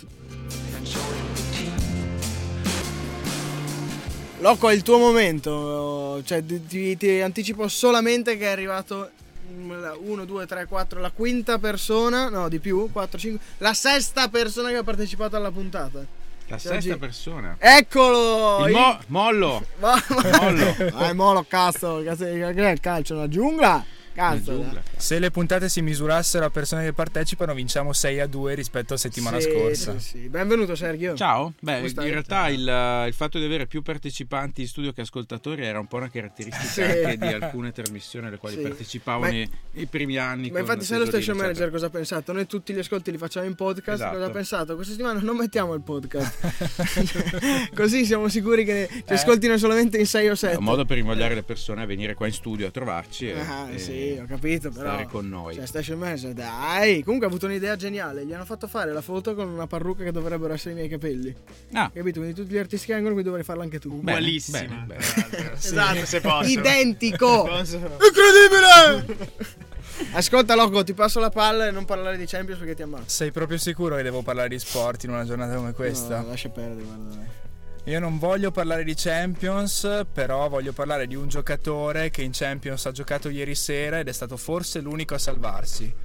Loco, è il tuo momento. Cioè, ti anticipo solamente che è arrivato 1, 2, 3, 4, la quinta persona, no di più, 4, 5, la sesta persona che ha partecipato alla puntata. La Cioè, sesta persona. Eccolo! Mollo. Mollo! Mollo, cazzo, che è il calcio, la giungla? Cazzo. Se le puntate si misurassero a persone che partecipano, vinciamo 6-2 rispetto a settimana scorsa. Sì. Benvenuto Sergio. Ciao. Beh, Come stai? in realtà il fatto di avere più partecipanti in studio che ascoltatori era un po' una caratteristica anche di alcune trasmissioni alle quali partecipavo nei primi anni. Ma infatti sai lo station manager cosa ha pensato? Noi tutti gli ascolti li facciamo in podcast. Esatto. Cosa ha pensato? Questa settimana non mettiamo il podcast. Così siamo sicuri che ci ascoltino solamente in 6 o 7. È un modo per invogliare le persone a venire qua in studio a trovarci sì, ho capito, però stare con noi. Cioè, station manager, dai. Comunque ha avuto un'idea geniale. Gli hanno fatto fare la foto con una parrucca che dovrebbero essere i miei capelli. Capito? Quindi tutti gli artisti che vengono qui dovrei farla anche tu. Ugualissima. Bene. Esatto, se posso. Identico. Posso? Incredibile. Ascolta Loco, ti passo la palla e non parlare di Champions perché ti ammazzo. Sei proprio sicuro che devo parlare di sport in una giornata come questa? No, lascia perdere, guarda. Io non voglio parlare di Champions, però voglio parlare di un giocatore che in Champions ha giocato ieri sera ed è stato forse l'unico a salvarsi.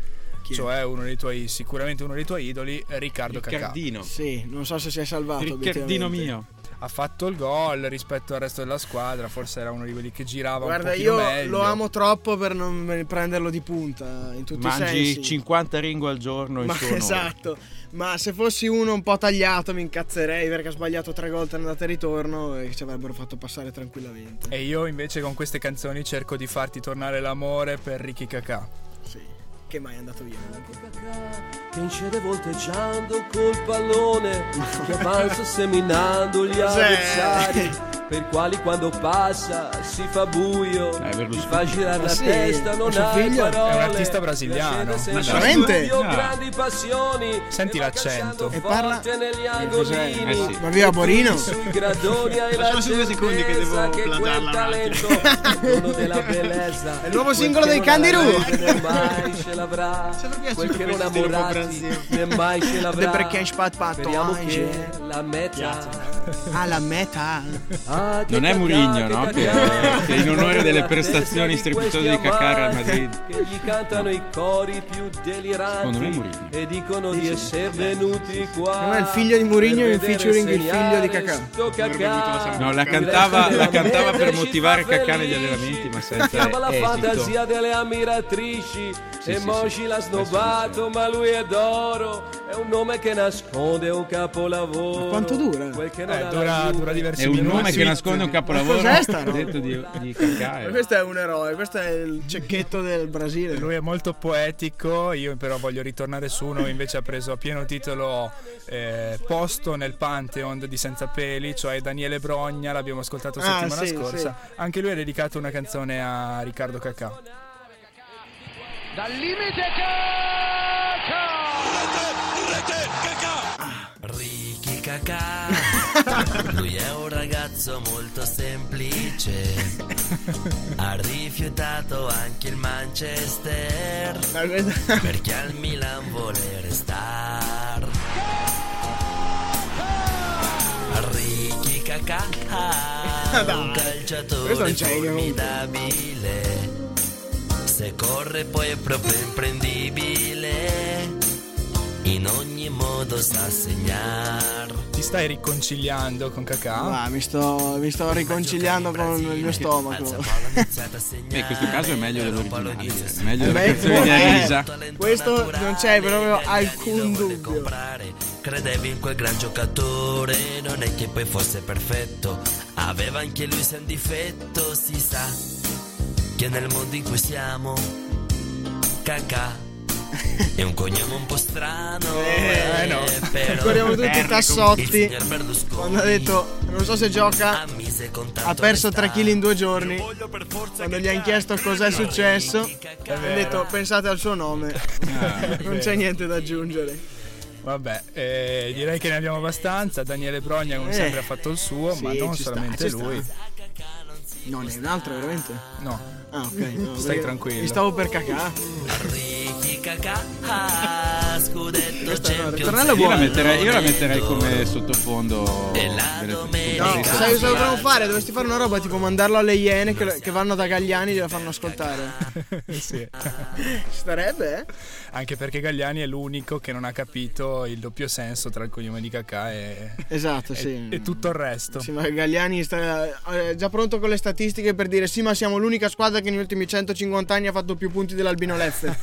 cioè sicuramente uno dei tuoi idoli, Riccardo Cacà. Riccardino. Sì, non so se si è salvato. Riccardino obiettivamente. mio. Ha fatto il gol rispetto al resto della squadra, forse era uno di quelli che girava Guarda, un pochino io meglio. lo amo troppo per non prenderlo di punta in tutti i Mangi sensi. 50 ringo al giorno in Ma suo onore. esatto, ma se fossi uno un po' tagliato mi incazzerei perché ha sbagliato 3 gol andata e ritorno e ci avrebbero fatto passare tranquillamente. E io invece con queste canzoni cerco di farti tornare l'amore per Ricky Cacà. Sì, che mai è andato via. Che incede volteggiando col pallone, che avanza seminando gli Cos'è? avversari, per quali quando passa si fa buio, Berlusconi. si fa girare la sì? testa, non Suo hai figlio? parole. È un artista brasiliano. La scena senza veramente? dubbio, No. grandi passioni, Senti e va l'accento. calciando E parla- forte negli Cos'è? angolini. Sì. Ma via Borino? Sui gradoni hai la Facciamo su 2 secondi che devo certezza che plagiarla quel un talento, dono della bellezza, È il nuovo quel singolo che dei non Candy ha la Roo. legge, né mai ce l'avrà, perché quel su che non ha questi lo Moratti, Brasil. né mai ce l'avrà. Perché spatto Speriamo che la meta alla meta. Non è Mourinho, no? Che in onore delle prestazioni strepitose di Cacà al Madrid. che gli cantano i cori più deliranti, Secondo me è Mourinho. e dicono di essere venuti qua. Secondo me il figlio di Mourinho per in vedere featuring il figlio di segnare Cacà. sto Cacà. No, la cantava per motivare Cacà negli allenamenti, ma senza Chiama la esito. fantasia delle ammiratrici, e sì, Moshi l'ha snobbato, ma lui è d'oro, è un nome che nasconde un capolavoro. Ma quanto dura? Quel che non ha la Dura Juve. diversi È un minuti. nome che nasconde un capolavoro. Cos'è sta roba? Detto di Cacà. Ma questo è un eroe, questo è il cecchetto del Brasile. Lui è molto poetico, io però voglio ritornare su uno che invece ha preso a pieno titolo posto nel Pantheon di Senza Peli, cioè Daniele Brogna, l'abbiamo ascoltato settimana sì, scorsa. Anche lui ha dedicato una canzone a Riccardo Cacà. Dal limite Ricky Cacà, lui è un ragazzo molto semplice, ha rifiutato anche il Manchester perché al Milan vuole restare. Ricky Cacà, un Questo è calciatore un genio. formidabile, se corre poi è proprio imprendibile, in ogni modo sa segnare. Ti stai riconciliando con Cacà? Mi sto riconciliando con il mio stomaco. In questo caso è meglio dell'originale, è meglio Beh, della canzone di Arisa. Questo non c'è proprio alcun dubbio. Credevi in quel gran giocatore, non è che poi fosse perfetto, aveva anche lui un difetto, si sa che nel mondo in cui siamo Cacà è un cognome un po' strano, no. però Ricordiamo tutti i Tassotti il signor Berlusconi quando ha detto non so se gioca, ammise con tanto ha perso 3 onestà. kg in 2 giorni. Quando gli hanno chiesto cosa è successo, ha detto pensate al suo nome. Non c'è niente da aggiungere. Vabbè, direi che ne abbiamo abbastanza. Daniele Brogna come sempre ha fatto il suo, sì, ma non ci sta, solamente ci sta. lui. No, ne è un altro veramente? No, Ah, ok. No, Stai perché tranquillo. Mi stavo per Cacà. Ricky Cacà, scudetto Questa no, il Champions ritornello è Io buono. la metterei come sottofondo delle No, sai cosa dovremmo fare? Dovresti fare una roba tipo mandarlo alle Iene che vanno da Gagliani e gliela fanno ascoltare. sì. Ci starebbe, eh? Anche perché Gagliani è l'unico che non ha capito il doppio senso tra il cognome di Cacà Esatto, sì. e tutto il resto. Sì, ma Gagliani sta già pronto con le statistiche per dire sì, ma siamo l'unica squadra che negli ultimi 150 anni ha fatto più punti dell'Albino Leffe.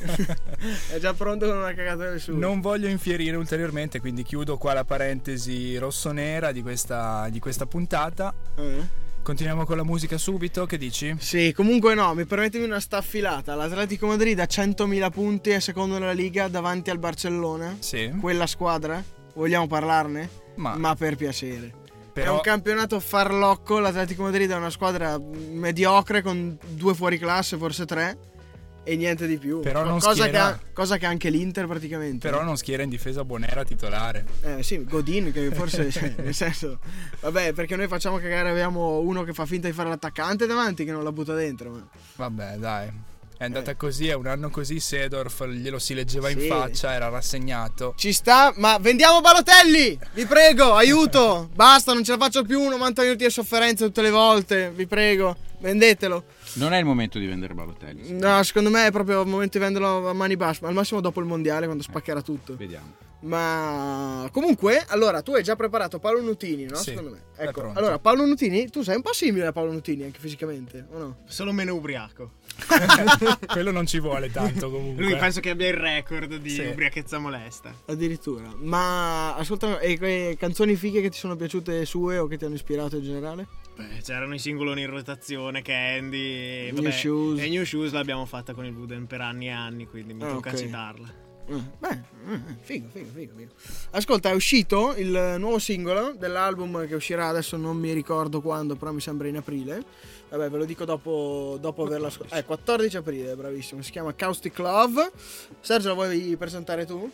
È già pronto con una cagata del suo. Non voglio infierire ulteriormente, quindi chiudo qua la parentesi rossonera di questa puntata. Continuiamo con la musica subito, che dici? Sì, comunque no, mi permettimi una staffilata. L'Atletico Madrid ha 100.000 punti, è secondo nella Liga davanti al Barcellona. Sì. Quella squadra? Vogliamo parlarne? Ma per piacere. È però un campionato farlocco, l'Atletico Madrid è una squadra mediocre con 2 fuori classe, forse 3 e niente di più. Però non cosa, schiera- cosa che ha anche l'Inter praticamente. però non schiera in difesa Bonera titolare. Sì, Godin che forse cioè, nel senso vabbè, perché noi facciamo cagare, abbiamo uno che fa finta di fare l'attaccante davanti che non la butta dentro, ma Vabbè, dai. È andata così, è un anno così. Seedorf glielo si leggeva in Sì. faccia, era rassegnato. ci sta, ma vendiamo Balotelli! Vi prego, aiuto! Basta, non ce la faccio più, 90 minuti di sofferenza tutte le volte, vi prego, vendetelo. Non è il momento di vendere Balotelli. No, secondo me è proprio il momento di venderlo a mani basse, al massimo dopo il mondiale quando spaccherà tutto. Vediamo. Ma comunque, allora tu hai già preparato Paolo Nutini, no? Sì, Secondo me. è Ecco, pronto. allora Paolo Nutini, tu sei un po' simile a Paolo Nutini anche fisicamente, o no? Solo meno ubriaco. Quello non ci vuole tanto comunque. Lui penso che abbia il record di Sì. ubriachezza molesta. Addirittura. Ma ascolta, e quelle canzoni fighe che ti sono piaciute sue o che ti hanno ispirato in generale? Beh, c'erano i singoloni in rotazione, Candy, New Shoes. E New Shoes l'abbiamo fatta con il Wooden per anni e anni, quindi mi tocca ok. citarla. Figo. Ascolta, è uscito il nuovo singolo dell'album che uscirà adesso, non mi ricordo quando, però mi sembra in aprile. Vabbè, ve lo dico dopo averlo ascoltato. 14 aprile, bravissimo. Si chiama Caustic Love. Sergio, lo vuoi presentare tu?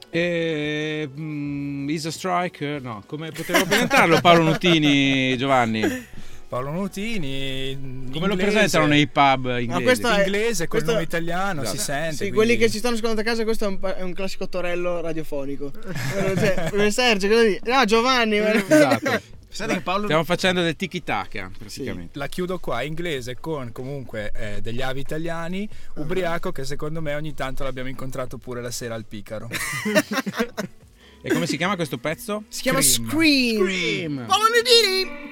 Is a Striker? No, come potevo presentarlo Paolo Nutini, Giovanni? Paolo Nutini Come lo presentano nei pub inglesi? Ma questa è- inglese col questo- nome italiano, Esatto. si sente. Sì, quindi- quelli che ci stanno ascoltando a casa, questo è un classico torello radiofonico. Cioè, Sergio, cosa dici? No, Giovanni. Esatto. Pensate che Paolo Stiamo facendo del tiki-taka praticamente. La chiudo qua, inglese con comunque degli avi italiani, ubriaco, che secondo me ogni tanto l'abbiamo incontrato pure la sera al Picaro. E come si chiama questo pezzo? Si chiama Scream. Scream. Paolo Nutini.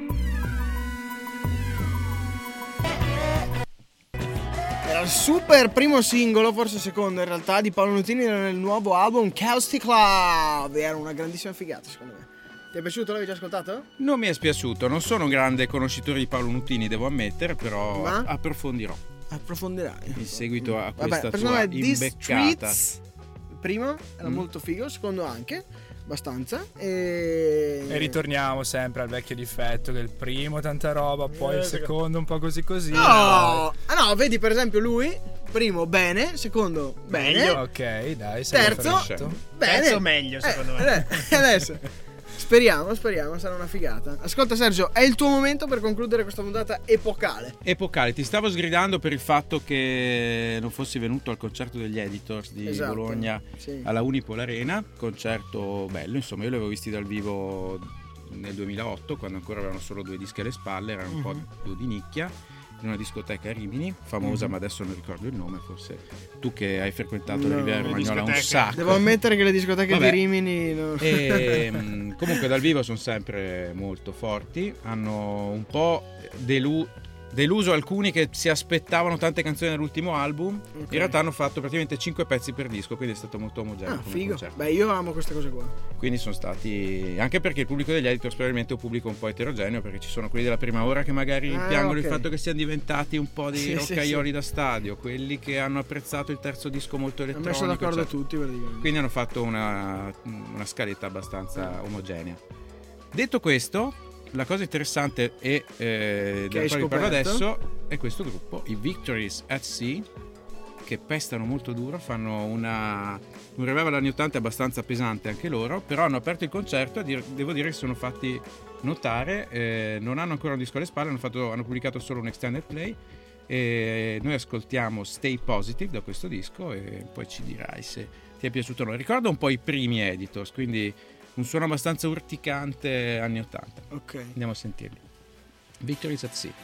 Era il super primo singolo, forse secondo in realtà, di Paolo Nutini nel nuovo album Caustic Love. Era una grandissima figata, secondo me. Ti è piaciuto? L'avevi già ascoltato? Non mi è spiaciuto, non sono un grande conoscitore di Paolo Nutini, devo ammettere, però Ma? approfondirò Approfondirai. in seguito a Vabbè, questa secondo tua me These imbeccata. Streets, il primo era molto figo, il secondo anche, abbastanza. E ritorniamo sempre al vecchio difetto, che il primo tanta roba, poi il secondo un po' così. No, vedi per esempio lui, primo bene, secondo bene, Ok, dai, sei terzo perfetto. bene. Terzo meglio, secondo me. Adesso speriamo, sarà una figata. Ascolta Sergio, è il tuo momento per concludere questa puntata epocale. Epocale, ti stavo sgridando per il fatto che non fossi venuto al concerto degli Editors di Esatto, Bologna sì. alla Unipol Arena, concerto bello, insomma io li avevo visti dal vivo nel 2008 quando ancora avevano solo 2 dischi alle spalle, erano un po' più di nicchia, in una discoteca a Rimini, famosa ma adesso non ricordo il nome, forse tu che hai frequentato la Riviera Romagnola un sacco. Devo ammettere che le discoteche Vabbè. di Rimini E comunque dal vivo sono sempre molto forti, hanno un po' deluso alcuni che si aspettavano tante canzoni dall'ultimo album. In realtà hanno fatto praticamente 5 pezzi per disco, quindi è stato molto omogeneo come figo. concerto. Beh, io amo queste cose qua. Quindi sono stati, anche perché il pubblico degli Editors probabilmente è un pubblico un po' eterogeneo, perché ci sono quelli della prima ora che magari rimpiangono il fatto che siano diventati un po' dei roccaioli da stadio, quelli che hanno apprezzato il terzo disco molto Hanno elettronico, messo d'accordo eccetera. tutti praticamente. Quindi hanno fatto una scaletta abbastanza omogenea. Detto questo, la cosa interessante e della quale vi parlo adesso è questo gruppo, i Victories at Sea, che pestano molto duro, fanno un revival anni 80 abbastanza pesante anche loro, però hanno aperto il concerto e devo dire che si sono fatti notare, non hanno ancora un disco alle spalle, hanno pubblicato solo un extended play e noi ascoltiamo Stay Positive da questo disco e poi ci dirai se ti è piaciuto o no. Ricorda un po' i primi Editors, quindi un suono abbastanza urticante anni 80. Ok. Andiamo a sentirli. Victories at Sea.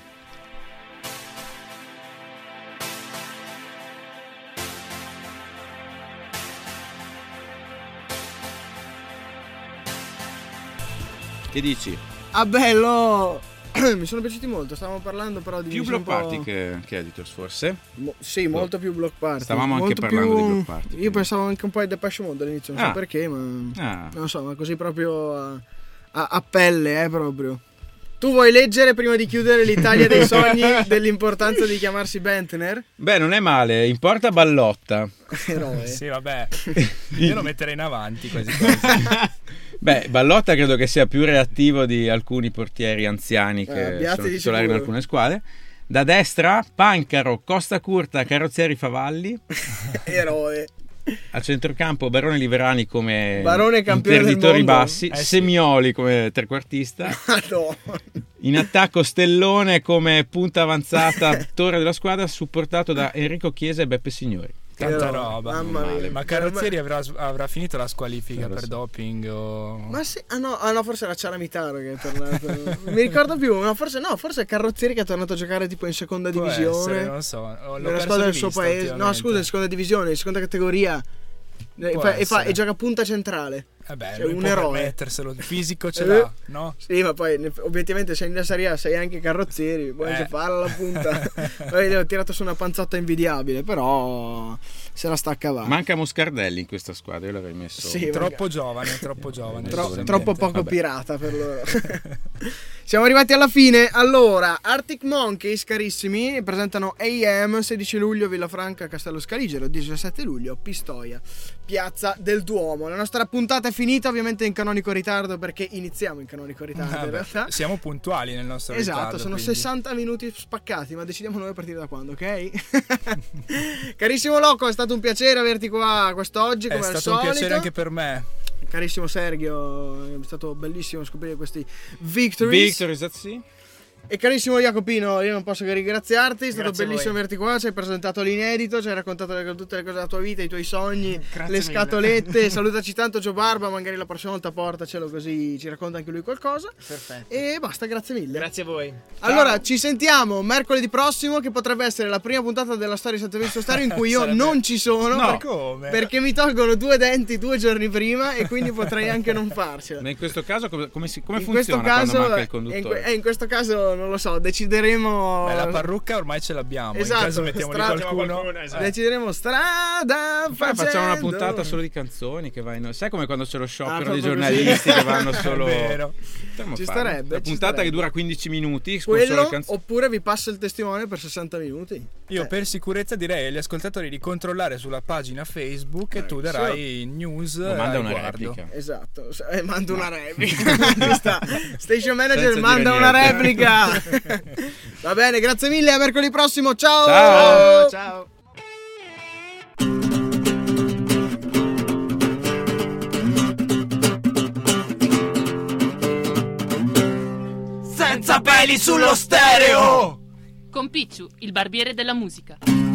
Che dici? Ah, bello! Mi sono piaciuti molto, stavamo parlando però di Più musica Block un po'. Party che Editors forse? Sì, molto più Block Party. Stavamo anche molto parlando più... di Block Party. Io quindi. pensavo anche un po' ai Depeche Mode all'inizio, non so perché, ma non so, ma così proprio a pelle, proprio. Tu vuoi leggere prima di chiudere l'Italia dei sogni dell'importanza di chiamarsi Bentner? Beh, non è male, importa Ballotta. Eroe. Sì, vabbè. Io lo metterei in avanti quasi quasi. Beh, Ballotta credo che sia più reattivo di alcuni portieri anziani che sono titolari in alcune squadre. Da destra, Pancaro, Costa Curta, Carrozzieri Favalli. Eroe. A centrocampo Barone Liverani come Barone campione del interditori mondo. bassi, Semioli come trequartista. In attacco Stellone come punta avanzata, torre della squadra, supportato da Enrico Chiesa e Beppe Signori. Tanta roba. Mamma mia. Ma Carrozzieri avrà finito la squalifica per doping o... Ma sì, no, forse era Ciaramitano che è tornato. Mi ricordo più, forse è Carrozzieri che è tornato a giocare tipo in seconda divisione. Essere, non so, nella squadra del suo paese. No, scusa, in seconda divisione, in seconda categoria. E gioca punta centrale. Cioè, un eroe. Metterselo, il fisico ce l'ha, no? Sì, ma poi obiettivamente sei in Serie A, sei anche Carrozzieri, puoi anche farla alla punta. Poi ho tirato su una panzotta invidiabile, però se la sta a cavare. Manca Moscardelli in questa squadra, io l'avrei messo. Sì, troppo giovane. Troppo poco pirata per loro. Siamo arrivati alla fine. Allora, Arctic Monkeys, carissimi, presentano AM 16 luglio Villafranca Castello Scaligero, 17 luglio Pistoia, Piazza del Duomo. La nostra puntata è finita, ovviamente in canonico ritardo, perché iniziamo in canonico ritardo in realtà. Siamo puntuali nel nostro ritardo. Esatto, sono quindi 60 minuti spaccati, ma decidiamo noi a partire da quando, ok? Carissimo Loco, è stato un piacere averti qua quest'oggi, come al solito. È stato un piacere anche per me. Carissimo Sergio, è stato bellissimo scoprire questi Victories. Sì. E carissimo Jacopino, io non posso che ringraziarti, è stato bellissimo averti qua, ci hai presentato l'inedito, ci hai raccontato tutte le cose della tua vita, i tuoi sogni, le scatolette. Salutaci tanto Gio Barba, magari la prossima volta portacelo così ci racconta anche lui qualcosa. Perfetto. E basta, grazie mille. Grazie a voi. Allora, ciao. Ci sentiamo mercoledì prossimo, che potrebbe essere la prima puntata della storia di Sant'Evristo Stereo in cui io non ci sono. No, come? Perché mi tolgono 2 denti 2 giorni prima e quindi potrei anche non farcela. Ma in questo caso come funziona quando manca il conduttore? In questo caso non lo so, decideremo. La parrucca ormai ce l'abbiamo. Esatto, in caso mettiamo lì qualcuno. Esatto. Decideremo strada. Facciamo una puntata solo di canzoni che vai. Sai come quando c'è lo sciopero dei giornalisti che vanno solo. È vero. Ci starebbe. Una puntata che dura 15 minuti. Quello, oppure vi passo il testimone per 60 minuti. Io per sicurezza direi agli ascoltatori di controllare sulla pagina Facebook e tu darai news. Manda una replica. Esatto. Manda una replica. Station Manager manda una replica. Va bene, grazie mille, a mercoledì prossimo. Ciao. Ciao. Senza peli sullo stereo. Con Picciu, il barbiere della musica.